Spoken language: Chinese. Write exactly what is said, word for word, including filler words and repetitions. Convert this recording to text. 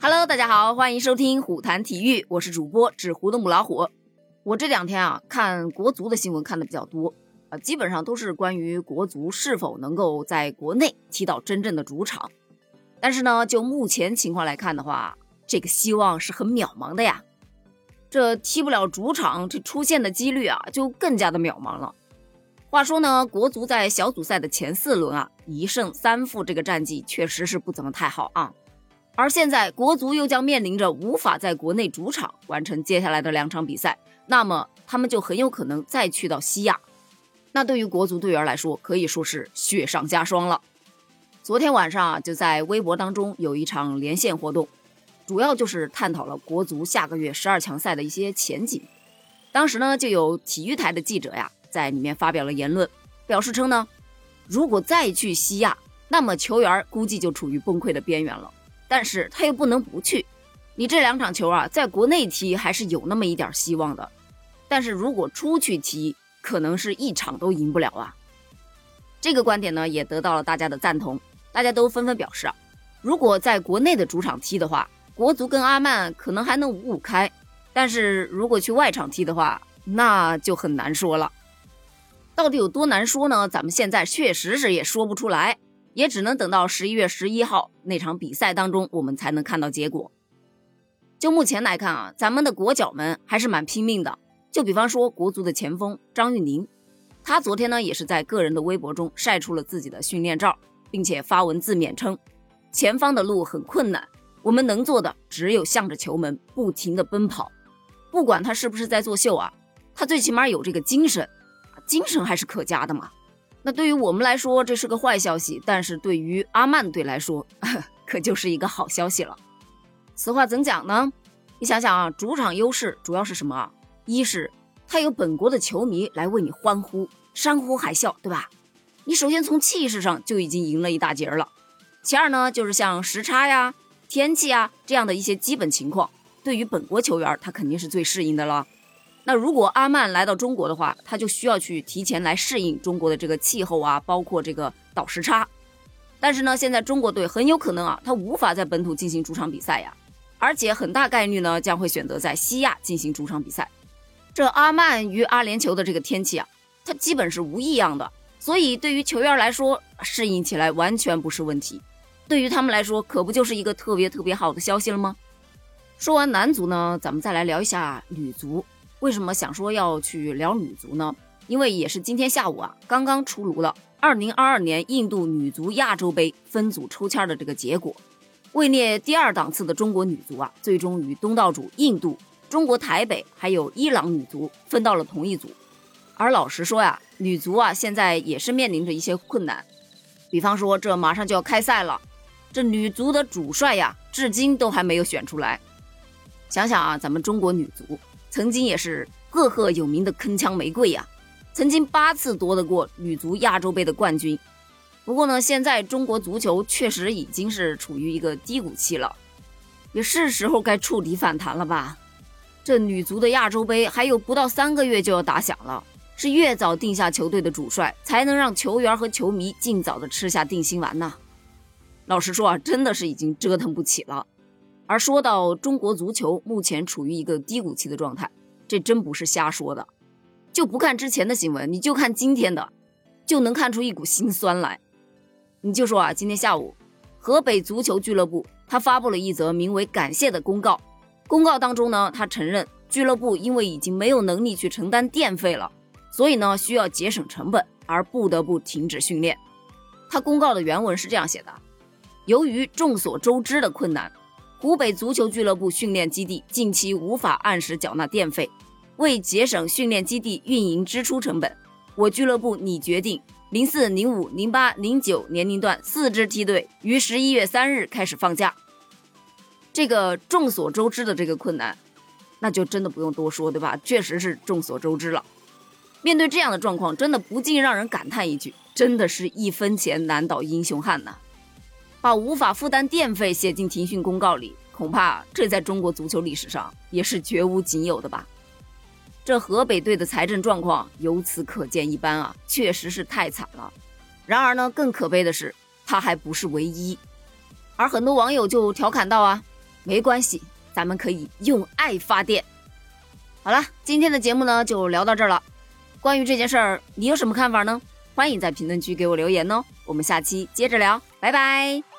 Hello， 大家好，欢迎收听虎谈体育，我是主播纸糊的母老虎。我这两天啊，看国足的新闻看的比较多啊，基本上都是关于国足是否能够在国内踢到真正的主场。但是呢，就目前情况来看的话，这个希望是很渺茫的呀。这踢不了主场，这出现的几率啊，就更加的渺茫了。话说呢，国足在小组赛的前四轮啊，一胜三负这个战绩确实是不怎么太好啊。而现在国足又将面临着无法在国内主场完成接下来的两场比赛，那么他们就很有可能再去到西亚。那对于国足队员来说，可以说是雪上加霜了。昨天晚上啊，就在微博当中有一场连线活动，主要就是探讨了国足下个月十二强赛的一些前景。当时呢，就有体育台的记者呀，在里面发表了言论，表示称呢，如果再去西亚，那么球员估计就处于崩溃的边缘了。但是他又不能不去，你这两场球啊，在国内踢还是有那么一点希望的，但是如果出去踢，可能是一场都赢不了啊。这个观点呢，也得到了大家的赞同，大家都纷纷表示啊，如果在国内的主场踢的话，国足跟阿曼可能还能五五开，但是如果去外场踢的话，那就很难说了。到底有多难说呢？咱们现在确实是也说不出来。也只能等到十一月十一号那场比赛当中，我们才能看到结果。就目前来看啊，咱们的国脚们还是蛮拼命的。就比方说国足的前锋张玉宁，他昨天呢也是在个人的微博中晒出了自己的训练照，并且发文自勉称，前方的路很困难，我们能做的只有向着球门不停的奔跑。不管他是不是在作秀啊，他最起码有这个精神，精神还是可嘉的嘛。那对于我们来说这是个坏消息，但是对于阿曼队来说可就是一个好消息了。此话怎讲呢？你想想啊，主场优势主要是什么啊？一是他有本国的球迷来为你欢呼，山呼海啸，对吧？你首先从气势上就已经赢了一大截了。其二呢，就是像时差呀、天气啊这样的一些基本情况，对于本国球员他肯定是最适应的了。那如果阿曼来到中国的话，他就需要去提前来适应中国的这个气候啊，包括这个倒时差。但是呢，现在中国队很有可能啊，他无法在本土进行主场比赛呀，而且很大概率呢将会选择在西亚进行主场比赛。这阿曼与阿联酋的这个天气啊，它基本是无异样的，所以对于球员来说，适应起来完全不是问题。对于他们来说，可不就是一个特别特别好的消息了吗？说完男足呢，咱们再来聊一下女足。为什么想说要去聊女足呢？因为也是今天下午啊，刚刚出炉了二零二二年印度女足亚洲杯分组抽签的这个结果。位列第二档次的中国女足啊，最终与东道主印度、中国台北还有伊朗女足分到了同一组。而老实说呀，女足啊现在也是面临着一些困难，比方说这马上就要开赛了，这女足的主帅呀，至今都还没有选出来。想想啊，咱们中国女足曾经也是赫赫有名的铿锵玫瑰呀，曾经八次夺得过女足亚洲杯的冠军。不过呢，现在中国足球确实已经是处于一个低谷期了，也是时候该触底反弹了吧。这女足的亚洲杯还有不到三个月就要打响了，是越早定下球队的主帅，才能让球员和球迷尽早的吃下定心丸呐。老实说啊，真的是已经折腾不起了。而说到中国足球目前处于一个低谷期的状态，这真不是瞎说的。就不看之前的新闻，你就看今天的，就能看出一股心酸来。你就说啊，今天下午河北足球俱乐部他发布了一则名为感谢的公告。公告当中呢，他承认俱乐部因为已经没有能力去承担电费了，所以呢需要节省成本，而不得不停止训练。他公告的原文是这样写的：由于众所周知的困难，湖北足球俱乐部训练基地近期无法按时缴纳电费，为节省训练基地运营支出成本，我俱乐部拟决定零四、零五、零八、零九年龄段四支梯队于十一月三日开始放假。这个众所周知的这个困难，那就真的不用多说，对吧？确实是众所周知了。面对这样的状况，真的不禁让人感叹一句，真的是一分钱难倒英雄汉呐。把无法负担电费写进停训公告里，恐怕这在中国足球历史上也是绝无仅有的吧。这河北队的财政状况由此可见一斑啊，确实是太惨了。然而呢，更可悲的是，他还不是唯一。而很多网友就调侃到啊， 没关系，咱们可以用爱发电。好了，今天的节目呢就聊到这儿了。关于这件事儿，你有什么看法呢？欢迎在评论区给我留言哦。我们下期接着聊，拜拜。